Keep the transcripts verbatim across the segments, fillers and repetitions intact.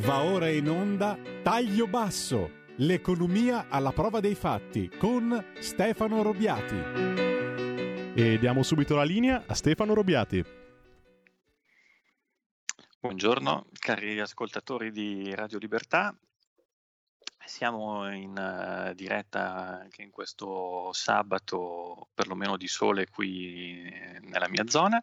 Va ora in onda Taglio Basso, l'economia alla prova dei fatti con Stefano Robiati. E diamo subito la linea a Stefano Robiati. Buongiorno cari ascoltatori di Radio Libertà, siamo in uh, diretta anche in questo sabato, perlomeno di sole qui nella mia zona,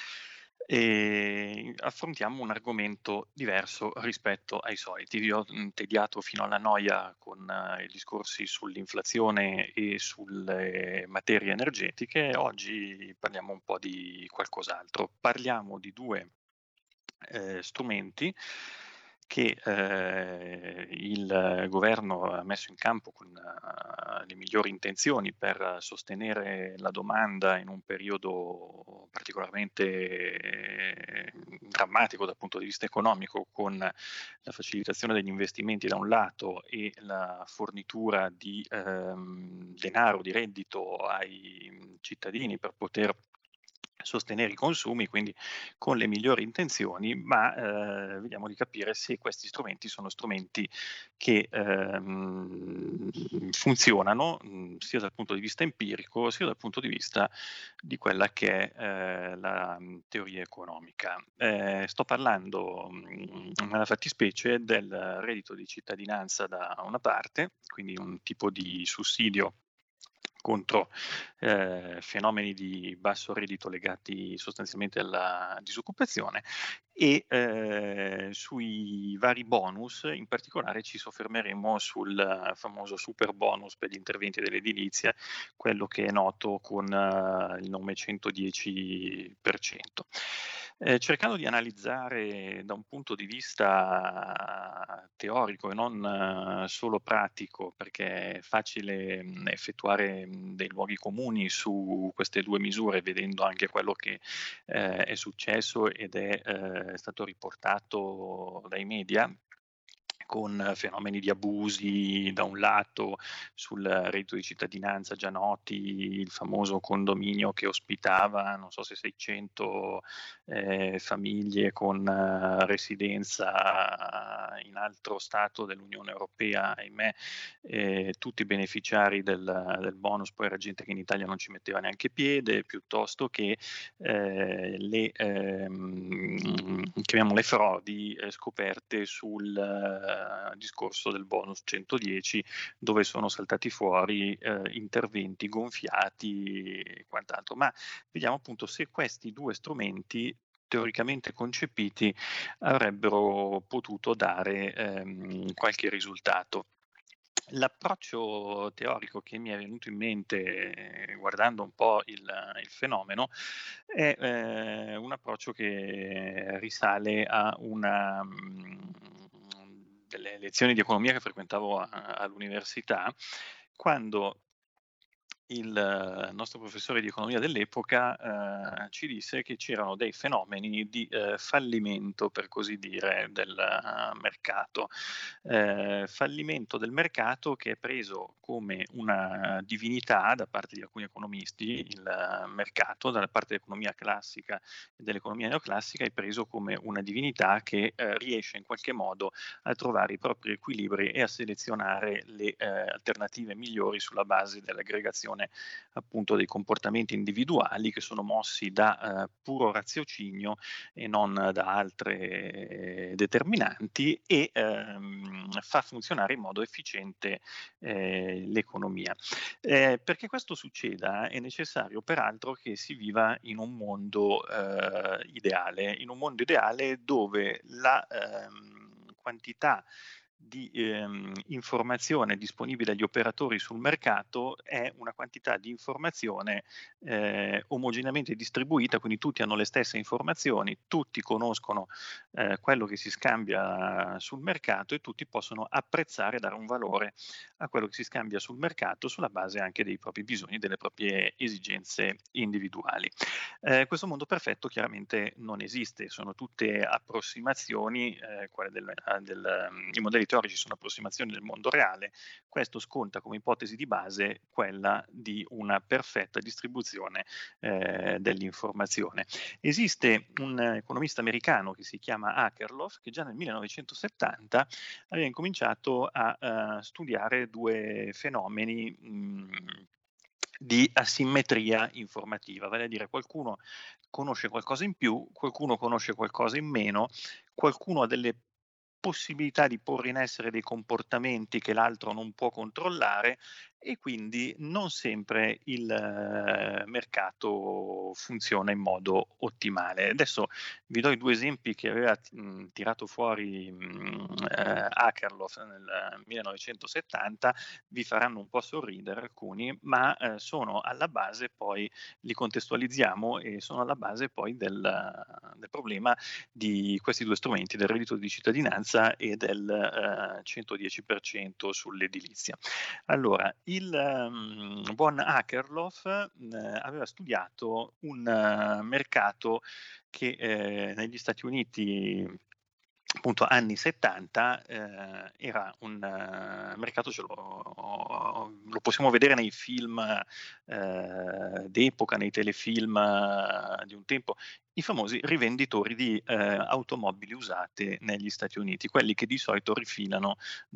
e affrontiamo un argomento diverso rispetto ai soliti. Vi ho tediato fino alla noia con uh, i discorsi sull'inflazione e sulle materie energetiche. Oggi parliamo un po' di qualcos'altro. Parliamo di due Eh, strumenti che eh, il governo ha messo in campo con uh, le migliori intenzioni per sostenere la domanda in un periodo particolarmente eh, drammatico dal punto di vista economico, con la facilitazione degli investimenti da un lato e la fornitura di ehm, denaro, di reddito ai cittadini per poter sostenere i consumi, quindi con le migliori intenzioni, ma eh, vediamo di capire se questi strumenti sono strumenti che ehm, funzionano mh, sia dal punto di vista empirico sia dal punto di vista di quella che è eh, la mh, teoria economica. Eh, sto parlando mh, nella fattispecie del reddito di cittadinanza da una parte, quindi un tipo di sussidio contro eh, fenomeni di basso reddito legati sostanzialmente alla disoccupazione, e eh, sui vari bonus. In particolare ci soffermeremo sul famoso super bonus per gli interventi dell'edilizia, quello che è noto con uh, il nome centodieci per cento. Eh, cercando di analizzare da un punto di vista teorico e non uh, solo pratico, perché è facile mh, effettuare mh, dei luoghi comuni su queste due misure, vedendo anche quello che eh, è successo ed è eh, stato riportato dai media, con fenomeni di abusi da un lato sul reddito di cittadinanza già noti, il famoso condominio che ospitava non so se seicento eh, famiglie con uh, residenza in altro stato dell'Unione Europea, ahimè, eh, tutti beneficiari del, del bonus. Poi era gente che in Italia non ci metteva neanche piede, piuttosto che eh, le ehm, chiamiamole frodi eh, scoperte sul eh, discorso del bonus centodieci, dove sono saltati fuori eh, interventi gonfiati e quant'altro. Ma vediamo appunto se questi due strumenti teoricamente concepiti avrebbero potuto dare ehm, qualche risultato. L'approccio teorico che mi è venuto in mente eh, guardando un po' il, il fenomeno è eh, un approccio che risale a una mh, delle lezioni di economia che frequentavo a, all'università, quando il nostro professore di economia dell'epoca eh, ci disse che c'erano dei fenomeni di eh, fallimento, per così dire, del uh, mercato. Eh, fallimento del mercato che è preso come una divinità da parte di alcuni economisti. Il uh, mercato, dalla parte dell'economia classica e dell'economia neoclassica, è preso come una divinità che eh, riesce in qualche modo a trovare i propri equilibri e a selezionare le eh, alternative migliori sulla base dell'aggregazione appunto dei comportamenti individuali che sono mossi da eh, puro raziocinio e non da altre determinanti, e ehm, fa funzionare in modo efficiente eh, l'economia. Eh, perché questo succeda è necessario peraltro che si viva in un mondo eh, ideale, in un mondo ideale dove la ehm, quantità di ehm, informazione disponibile agli operatori sul mercato è una quantità di informazione eh, omogeneamente distribuita, quindi tutti hanno le stesse informazioni, tutti conoscono eh, quello che si scambia sul mercato e tutti possono apprezzare e dare un valore a quello che si scambia sul mercato sulla base anche dei propri bisogni, delle proprie esigenze individuali. Eh, questo mondo perfetto chiaramente non esiste, sono tutte approssimazioni, eh, quelle del, del, i modelli teorici sono approssimazioni del mondo reale, questo sconta come ipotesi di base quella di una perfetta distribuzione eh, dell'informazione. Esiste un economista americano che si chiama Akerlof, che già nel millenovecentosettanta aveva incominciato a uh, studiare due fenomeni mh, di asimmetria informativa, vale a dire qualcuno conosce qualcosa in più, qualcuno conosce qualcosa in meno, qualcuno ha delle possibilità di porre in essere dei comportamenti che l'altro non può controllare e quindi non sempre il eh, mercato funziona in modo ottimale. Adesso vi do i due esempi che aveva mh, tirato fuori mh, eh, Akerlof nel millenovecentosettanta, vi faranno un po' sorridere alcuni, ma eh, sono alla base, poi li contestualizziamo e sono alla base poi del, del problema di questi due strumenti, del reddito di cittadinanza e del eh, centodieci per cento sull'edilizia. Allora, il um, buon Akerlof eh, aveva studiato un uh, mercato che eh, negli Stati Uniti, appunto anni settanta, eh, era un uh, mercato, ce lo, lo possiamo vedere nei film eh, d'epoca, nei telefilm uh, di un tempo, i famosi rivenditori di eh, automobili usate negli Stati Uniti, quelli che di solito rifilano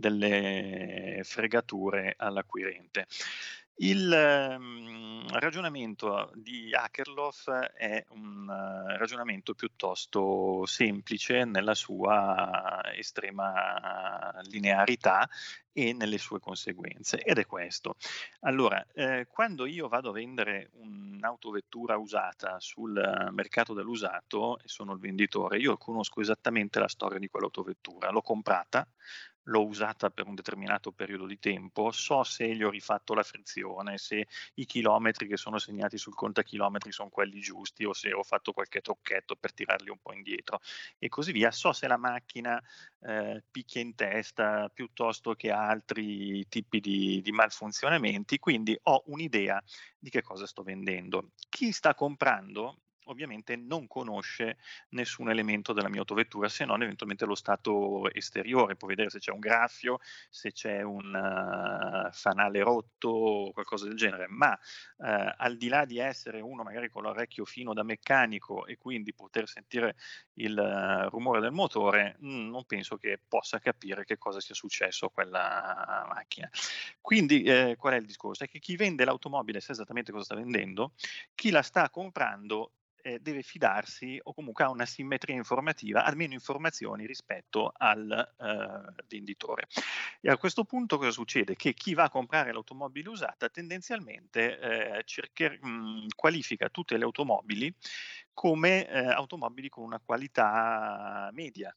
delle fregature all'acquirente. Il um, ragionamento di Akerlof è un uh, ragionamento piuttosto semplice nella sua estrema linearità e nelle sue conseguenze, ed è questo. Allora, eh, quando io vado a vendere un'autovettura usata sul mercato dell'usato e sono il venditore, io conosco esattamente la storia di quell'autovettura, l'ho comprata, l'ho usata per un determinato periodo di tempo, so se gli ho rifatto la frizione, se i chilometri che sono segnati sul contachilometri sono quelli giusti o se ho fatto qualche trucchetto per tirarli un po' indietro e così via, so se la macchina eh, picchia in testa piuttosto che altri tipi di, di malfunzionamenti, quindi ho un'idea di che cosa sto vendendo. Chi sta comprando ovviamente non conosce nessun elemento della mia autovettura se non eventualmente lo stato esteriore, può vedere se c'è un graffio, se c'è un uh, fanale rotto o qualcosa del genere, ma uh, al di là di essere uno magari con l'orecchio fino da meccanico e quindi poter sentire il uh, rumore del motore, mh, non penso che possa capire che cosa sia successo a quella macchina. Quindi eh, qual è il discorso? È che chi vende l'automobile sa esattamente cosa sta vendendo, chi la sta comprando Eh, deve fidarsi o comunque ha una simmetria informativa, almeno informazioni rispetto al eh, venditore. E a questo punto cosa succede? Che chi va a comprare l'automobile usata tendenzialmente eh, cercher, mh, qualifica tutte le automobili come eh, automobili con una qualità media.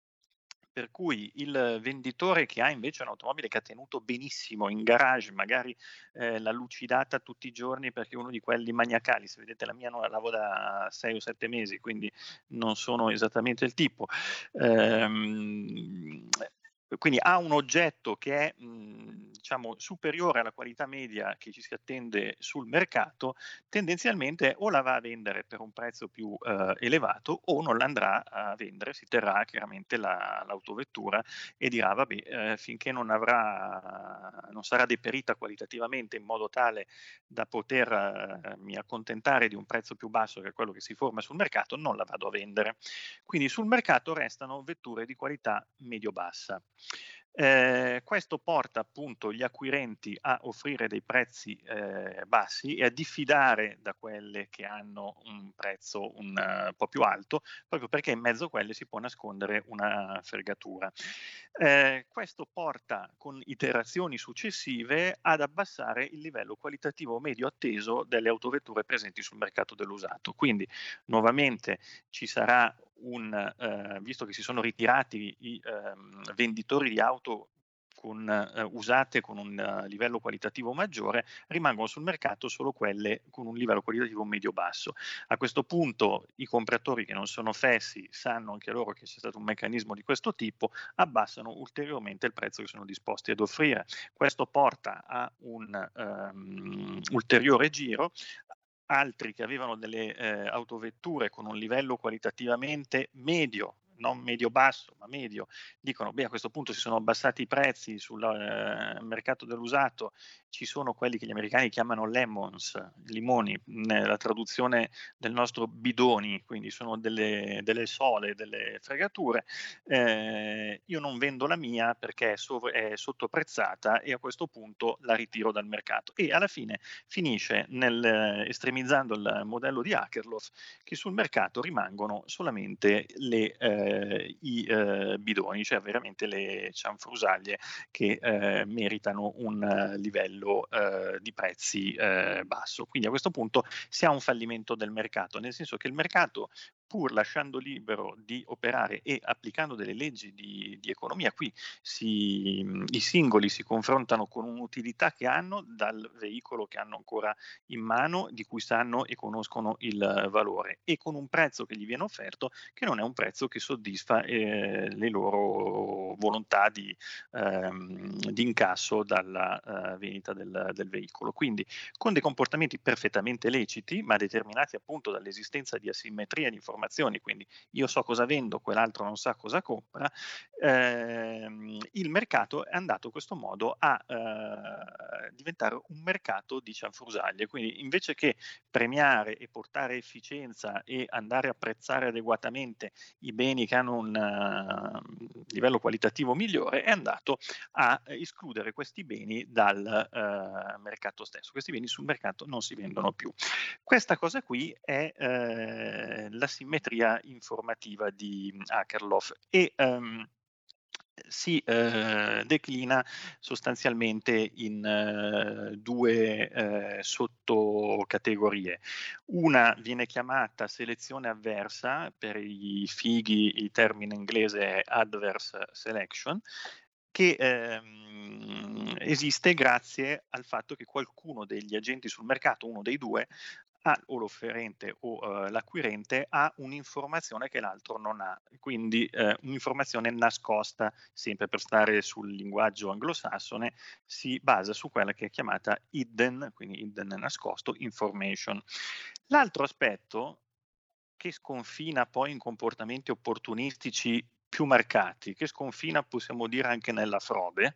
Per cui il venditore che ha invece un'automobile che ha tenuto benissimo in garage, magari eh, l'ha lucidata tutti i giorni perché è uno di quelli maniacali, se vedete la mia non la lavo da sei o sette mesi, quindi non sono esattamente il tipo. Ehm, quindi ha un oggetto che è mh, diciamo superiore alla qualità media che ci si attende sul mercato, tendenzialmente o la va a vendere per un prezzo più eh, elevato o non la andrà a vendere, si terrà chiaramente la, l'autovettura e dirà vabbè eh, finché non avrà non sarà deperita qualitativamente in modo tale da poter eh, mi accontentare di un prezzo più basso che è quello che si forma sul mercato, non la vado a vendere. Quindi sul mercato restano vetture di qualità medio-bassa. Eh, questo porta appunto gli acquirenti a offrire dei prezzi eh, bassi e a diffidare da quelle che hanno un prezzo un uh, po' più alto, proprio perché in mezzo a quelle si può nascondere una fregatura. Eh, questo porta con iterazioni successive ad abbassare il livello qualitativo medio atteso delle autovetture presenti sul mercato dell'usato. Quindi nuovamente ci sarà un, eh, visto che si sono ritirati i eh, venditori di auto con, eh, usate con un uh, livello qualitativo maggiore, rimangono sul mercato solo quelle con un livello qualitativo medio-basso. A questo punto i compratori che non sono fessi sanno anche loro che c'è stato un meccanismo di questo tipo, abbassano ulteriormente il prezzo che sono disposti ad offrire. Questo porta a un um, ulteriore giro. Altri che avevano delle eh, autovetture con un livello qualitativamente medio non medio-basso, ma medio, dicono, beh, a questo punto si sono abbassati i prezzi sul eh, mercato dell'usato, ci sono quelli che gli americani chiamano lemons, limoni, nella traduzione del nostro bidoni, quindi sono delle, delle sole, delle fregature, eh, io non vendo la mia perché è, sov- è sottoprezzata e a questo punto la ritiro dal mercato. E alla fine finisce nel, eh, estremizzando il modello di Akerlof, che sul mercato rimangono solamente le, eh, i eh, bidoni, cioè veramente le cianfrusaglie che eh, meritano un uh, livello uh, di prezzi uh, basso. Quindi a questo punto si ha un fallimento del mercato, nel senso che il mercato, pur lasciando libero di operare e applicando delle leggi di, di economia, qui si, i singoli si confrontano con un'utilità che hanno dal veicolo che hanno ancora in mano, di cui sanno e conoscono il valore, e con un prezzo che gli viene offerto che non è un prezzo che soddisfa eh, le loro volontà di, ehm, di incasso dalla uh, vendita del, del veicolo. Quindi con dei comportamenti perfettamente leciti, ma determinati appunto dall'esistenza di asimmetria di informazioni, quindi io so cosa vendo, quell'altro non sa cosa compra, ehm, il mercato è andato in questo modo a eh, diventare un mercato di cianfrusaglie. Quindi invece che premiare e portare efficienza e andare a prezzare adeguatamente i beni che hanno un uh, livello qualitativo migliore, è andato a escludere questi beni dal uh, mercato stesso. Questi beni sul mercato non si vendono più. Questa cosa qui è uh, la simmetria informativa di Akerlof e um, si eh, declina sostanzialmente in eh, due eh, sottocategorie. Una viene chiamata selezione avversa, per i fighi il termine inglese è adverse selection, che ehm, esiste grazie al fatto che qualcuno degli agenti sul mercato, uno dei due, ha, o l'offerente o uh, l'acquirente, ha un'informazione che l'altro non ha, quindi uh, un'informazione nascosta, sempre per stare sul linguaggio anglosassone, si basa su quella che è chiamata hidden, quindi hidden nascosto, information. L'altro aspetto, che sconfina poi in comportamenti opportunistici più marcati, che sconfina possiamo dire anche nella frode,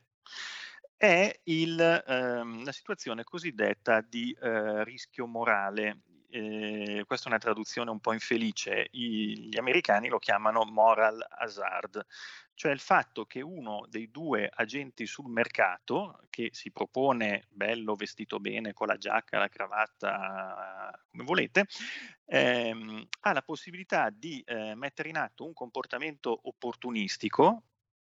è il, ehm, la situazione cosiddetta di eh, rischio morale. Eh, questa è una traduzione un po' infelice, I, gli americani lo chiamano moral hazard, cioè il fatto che uno dei due agenti sul mercato, che si propone bello, vestito bene, con la giacca, la cravatta, come volete, ehm, ha la possibilità di eh, mettere in atto un comportamento opportunistico,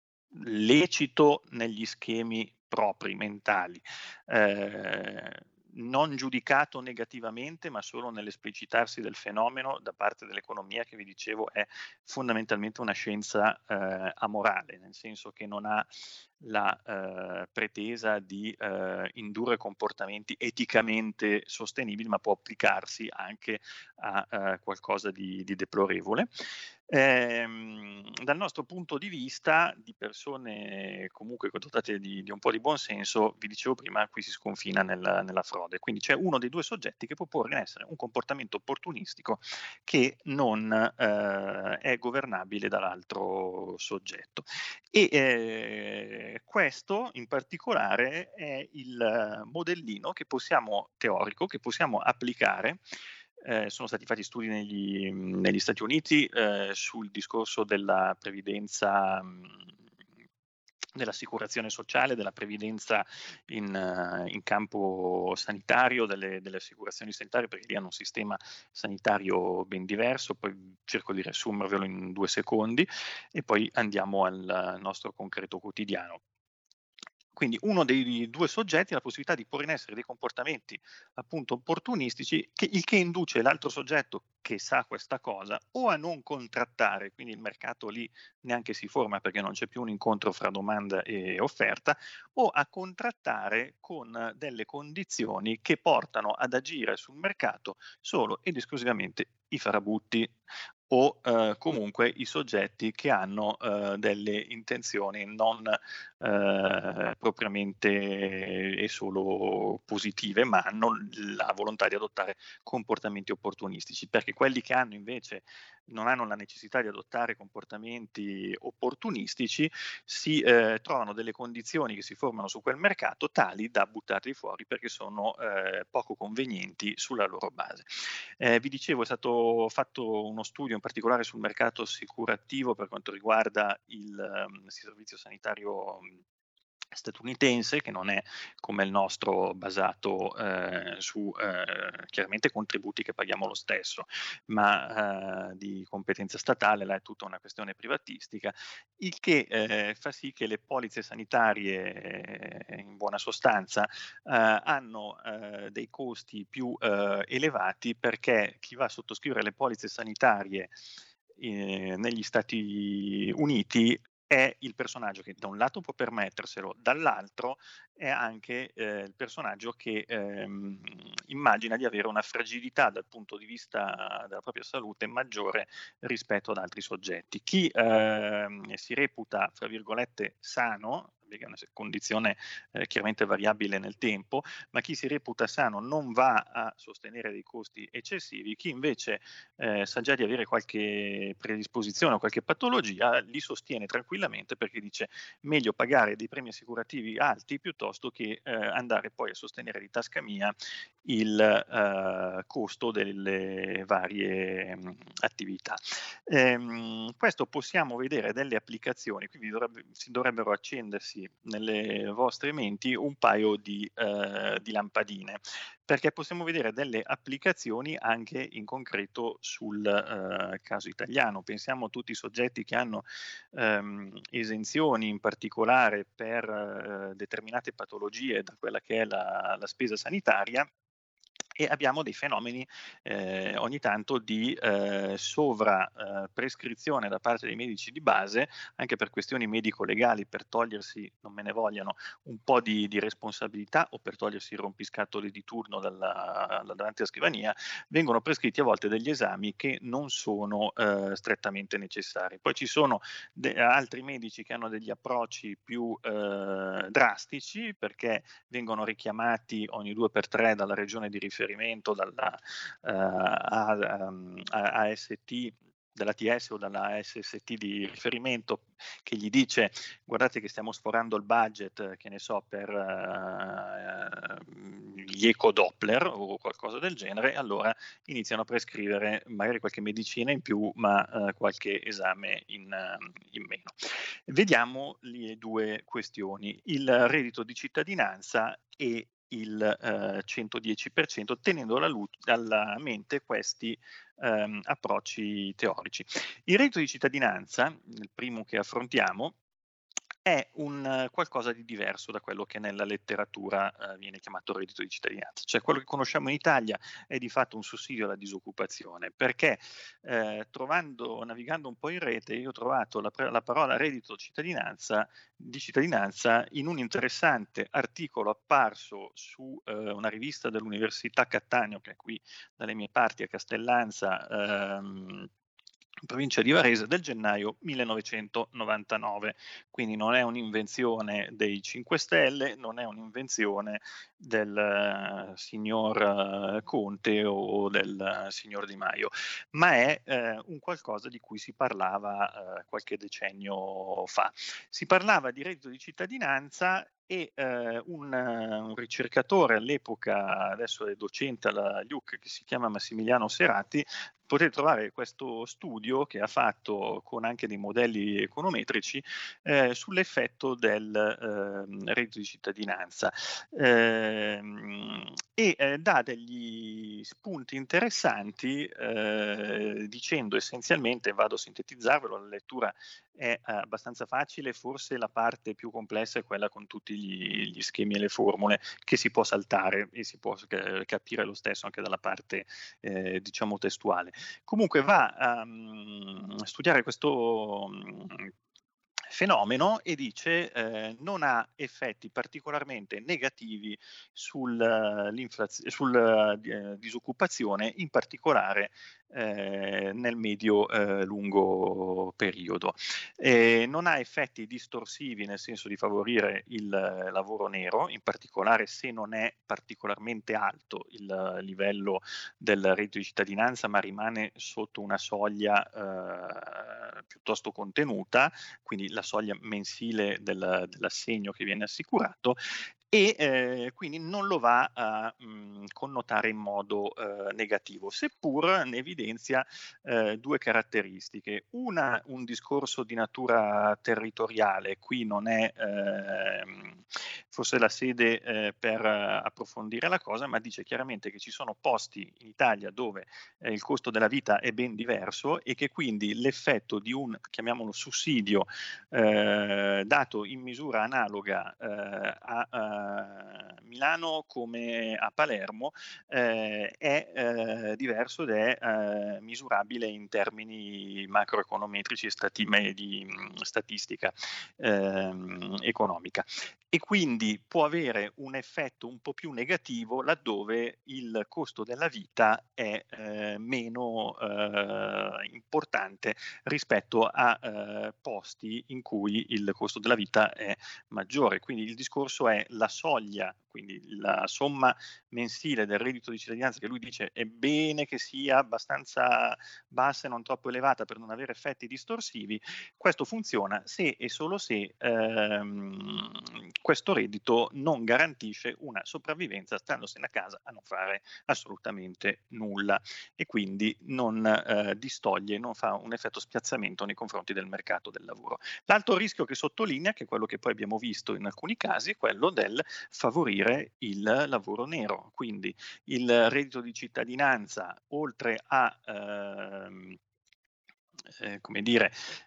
lecito negli schemi propri, mentali, eh, non giudicato negativamente, ma solo nell'esplicitarsi del fenomeno da parte dell'economia, che vi dicevo è fondamentalmente una scienza eh, amorale, nel senso che non ha la eh, pretesa di eh, indurre comportamenti eticamente sostenibili, ma può applicarsi anche a eh, qualcosa di, di deplorevole. Ehm, dal nostro punto di vista, di persone comunque dotate di, di un po' di buonsenso, vi dicevo prima, qui si sconfina nel, nella frode. Quindi c'è uno dei due soggetti che può porre in essere un comportamento opportunistico che non eh, è governabile dall'altro soggetto. E eh, questo in particolare è il modellino che possiamo, teorico, che possiamo applicare. Eh, sono stati fatti studi negli, negli Stati Uniti eh, sul discorso della previdenza, mh, dell'assicurazione sociale, della previdenza in, uh, in campo sanitario, delle, delle assicurazioni sanitarie, perché lì hanno un sistema sanitario ben diverso. Poi cerco di riassumervelo in due secondi e poi andiamo al nostro concreto quotidiano. Quindi uno dei due soggetti ha la possibilità di porre in essere dei comportamenti appunto opportunistici, che, il che induce l'altro soggetto che sa questa cosa o a non contrattare, quindi il mercato lì neanche si forma perché non c'è più un incontro fra domanda e offerta, o a contrattare con delle condizioni che portano ad agire sul mercato solo ed esclusivamente i farabutti o eh, comunque i soggetti che hanno eh, delle intenzioni non eh, propriamente e solo positive, ma hanno la volontà di adottare comportamenti opportunistici, perché quelli che hanno invece non hanno la necessità di adottare comportamenti opportunistici, si eh, trovano delle condizioni che si formano su quel mercato tali da buttarli fuori perché sono eh, poco convenienti sulla loro base. Eh, vi dicevo, è stato fatto uno studio in particolare sul mercato assicurativo per quanto riguarda il, um, il servizio sanitario statunitense, che non è come il nostro basato eh, su eh, chiaramente contributi che paghiamo lo stesso, ma eh, di competenza statale, là è tutta una questione privatistica, il che eh, fa sì che le polizze sanitarie eh, in buona sostanza eh, hanno eh, dei costi più eh, elevati, perché chi va a sottoscrivere le polizze sanitarie eh, negli Stati Uniti è il personaggio che da un lato può permetterselo, dall'altro è anche eh, il personaggio che ehm, immagina di avere una fragilità dal punto di vista della propria salute maggiore rispetto ad altri soggetti. Chi ehm, si reputa, fra virgolette, sano, che è una condizione eh, chiaramente variabile nel tempo, ma chi si reputa sano non va a sostenere dei costi eccessivi, chi invece eh, sa già di avere qualche predisposizione o qualche patologia li sostiene tranquillamente, perché dice meglio pagare dei premi assicurativi alti piuttosto che eh, andare poi a sostenere di tasca mia il eh, costo delle varie mh, attività. Ehm, questo possiamo vedere delle applicazioni, quindi dovrebbe, si dovrebbero accendersi nelle vostre menti un paio di, eh, di lampadine, perché possiamo vedere delle applicazioni anche in concreto sul eh, caso italiano. Pensiamo a tutti i soggetti che hanno ehm, esenzioni in particolare per eh, determinate patologie da quella che è la, la spesa sanitaria, e abbiamo dei fenomeni eh, ogni tanto di eh, sovra eh, prescrizione da parte dei medici di base, anche per questioni medico-legali, per togliersi, non me ne vogliano, un po' di, di responsabilità o per togliersi i rompiscatole di turno dalla, da davanti alla scrivania, vengono prescritti a volte degli esami che non sono eh, strettamente necessari. Poi ci sono de- altri medici che hanno degli approcci più eh, drastici, perché vengono richiamati ogni due per tre dalla regione di riferimento, dalla uh, A S T, dalla T S o dalla A S S T di riferimento, che gli dice guardate che stiamo sforando il budget, che ne so, per uh, gli ecodoppler o qualcosa del genere, allora iniziano a prescrivere magari qualche medicina in più, ma uh, qualche esame in, uh, in meno. Vediamo le due questioni, il reddito di cittadinanza e il eh, centodieci per cento, tenendo alla, alla mente questi ehm, approcci teorici. Il reddito di cittadinanza, il primo che affrontiamo, è un qualcosa di diverso da quello che nella letteratura eh, viene chiamato reddito di cittadinanza. Cioè quello che conosciamo in Italia è di fatto un sussidio alla disoccupazione, perché eh, trovando, navigando un po' in rete, io ho trovato la, la parola reddito cittadinanza, di cittadinanza in un interessante articolo apparso su eh, una rivista dell'Università Cattaneo, che è qui dalle mie parti a Castellanza, ehm, in provincia di Varese, del gennaio millenovecentonovantanove, quindi non è un'invenzione dei cinque Stelle, non è un'invenzione del uh, signor uh, Conte o del uh, signor Di Maio, ma è uh, un qualcosa di cui si parlava uh, qualche decennio fa. Si parlava di reddito di cittadinanza e eh, un, un ricercatore all'epoca, adesso è docente alla L U C, che si chiama Massimiliano Serati, potete trovare questo studio che ha fatto con anche dei modelli econometrici eh, sull'effetto del eh, reddito di cittadinanza eh, e eh, dà degli spunti interessanti eh, dicendo essenzialmente, vado a sintetizzarvelo, la lettura è abbastanza facile, forse la parte più complessa è quella con tutti gli, gli schemi e le formule, che si può saltare e si può capire lo stesso anche dalla parte eh, diciamo testuale. Comunque va a um, studiare questo um, fenomeno e dice eh, non ha effetti particolarmente negativi sul, uh, sulla uh, disoccupazione, in particolare eh, nel medio-lungo eh, periodo. Eh, non ha effetti distorsivi nel senso di favorire il lavoro nero, in particolare se non è particolarmente alto il livello del reddito di cittadinanza, ma rimane sotto una soglia eh, piuttosto contenuta, quindi la soglia mensile del, dell'assegno che viene assicurato, e eh, quindi non lo va a mh, connotare in modo eh, negativo, seppur ne evidenzia eh, due caratteristiche. Una, un discorso di natura territoriale, qui non è eh, forse la sede eh, per approfondire la cosa, ma dice chiaramente che ci sono posti in Italia dove eh, il costo della vita è ben diverso e che quindi l'effetto di un, chiamiamolo sussidio, eh, dato in misura analoga eh, a, a Milano come a Palermo eh, è eh, diverso ed è eh, misurabile in termini macroeconometrici e stati- di mh, statistica ehm, economica, e quindi può avere un effetto un po' più negativo laddove il costo della vita è eh, meno eh, importante rispetto a eh, posti in cui il costo della vita è maggiore. Quindi il discorso è la soglia, quindi la somma mensile del reddito di cittadinanza, che lui dice è bene che sia abbastanza bassa e non troppo elevata per non avere effetti distorsivi. Questo funziona se e solo se ehm, questo reddito non garantisce una sopravvivenza standosene a casa a non fare assolutamente nulla, e quindi non eh, distoglie, non fa un effetto spiazzamento nei confronti del mercato del lavoro. L'altro rischio che sottolinea, che è quello che poi abbiamo visto in alcuni casi, è quello del favorire il lavoro nero. Quindi il reddito di cittadinanza, oltre a ehm, eh, come dire,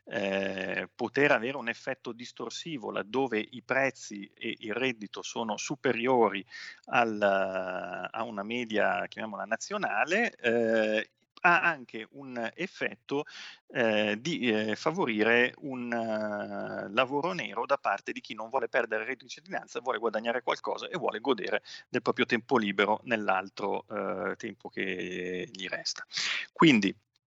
eh, poter avere un effetto distorsivo laddove i prezzi e il reddito sono superiori al, a una media, chiamiamola nazionale, eh, ha anche un effetto eh, di eh, favorire un uh, lavoro nero da parte di chi non vuole perdere il reddito di cittadinanza, vuole guadagnare qualcosa e vuole godere del proprio tempo libero nell'altro uh, tempo che gli resta. Quindi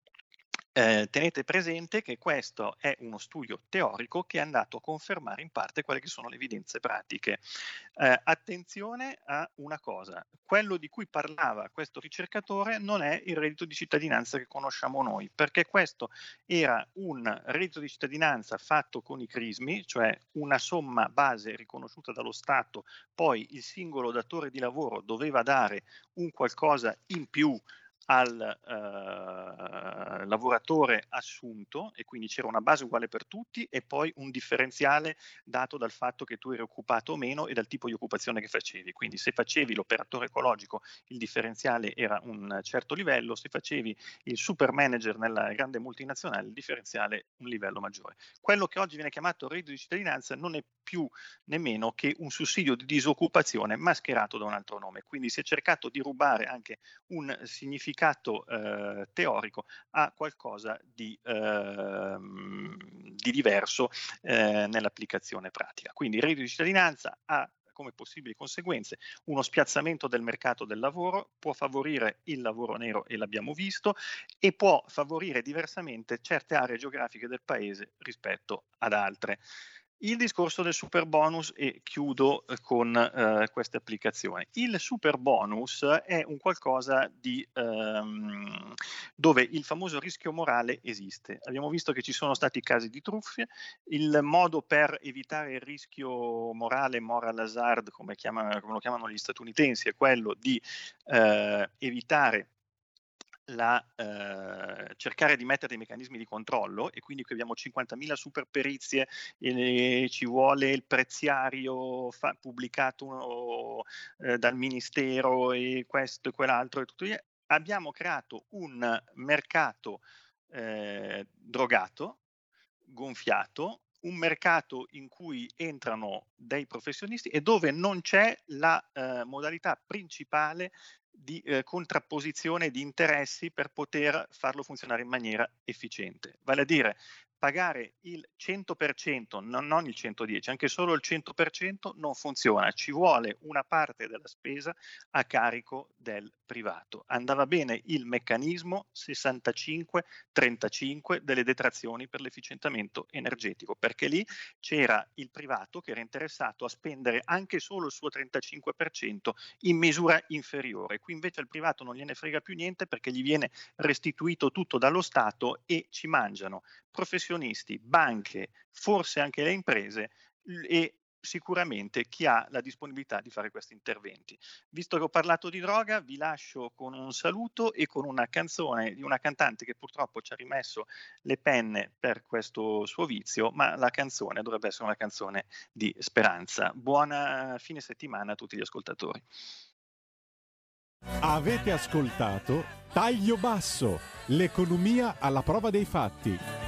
Eh, tenete presente che questo è uno studio teorico che è andato a confermare in parte quelle che sono le evidenze pratiche. Eh, attenzione a una cosa, quello di cui parlava questo ricercatore non è il reddito di cittadinanza che conosciamo noi, perché questo era un reddito di cittadinanza fatto con i crismi, cioè una somma base riconosciuta dallo Stato, poi il singolo datore di lavoro doveva dare un qualcosa in più al eh, lavoratore assunto, e quindi c'era una base uguale per tutti e poi un differenziale dato dal fatto che tu eri occupato o meno e dal tipo di occupazione che facevi. Quindi se facevi l'operatore ecologico il differenziale era un certo livello, se facevi il super manager nella grande multinazionale il differenziale un livello maggiore. Quello che oggi viene chiamato reddito di cittadinanza non è più nemmeno che un sussidio di disoccupazione mascherato da un altro nome, quindi si è cercato di rubare anche un significato eh, teorico a qualcosa di, eh, di diverso eh, nell'applicazione pratica. Quindi il reddito di cittadinanza ha come possibili conseguenze uno spiazzamento del mercato del lavoro, può favorire il lavoro nero e l'abbiamo visto, e può favorire diversamente certe aree geografiche del paese rispetto ad altre. Il discorso del super bonus, e chiudo con eh, queste applicazioni. Il super bonus è un qualcosa di ehm, dove il famoso rischio morale esiste. Abbiamo visto che ci sono stati casi di truffe, il modo per evitare il rischio morale, moral hazard, come, chiama, come lo chiamano gli statunitensi, è quello di eh, evitare La, eh, cercare di mettere dei meccanismi di controllo, e quindi qui abbiamo cinquantamila super perizie e ci vuole il preziario fa, pubblicato eh, dal ministero e questo e quell'altro e tutto. Abbiamo creato un mercato eh, drogato, gonfiato, un mercato in cui entrano dei professionisti e dove non c'è la eh, modalità principale di eh, contrapposizione di interessi per poter farlo funzionare in maniera efficiente. Vale a dire, pagare il cento per cento, no, non il centodieci, anche solo il cento per cento non funziona, ci vuole una parte della spesa a carico del privato. Andava bene il meccanismo sessantacinque trentacinque delle detrazioni per l'efficientamento energetico, perché lì c'era il privato che era interessato a spendere anche solo il suo trentacinque per cento in misura inferiore. Qui invece al privato non gliene frega più niente perché gli viene restituito tutto dallo Stato e ci mangiano professionisti, banche, forse anche le imprese e sicuramente chi ha la disponibilità di fare questi interventi. Visto che ho parlato di droga, vi lascio con un saluto e con una canzone di una cantante che purtroppo ci ha rimesso le penne per questo suo vizio, ma la canzone dovrebbe essere una canzone di speranza. Buona fine settimana a tutti gli ascoltatori. Avete ascoltato Taglio Basso, l'economia alla prova dei fatti.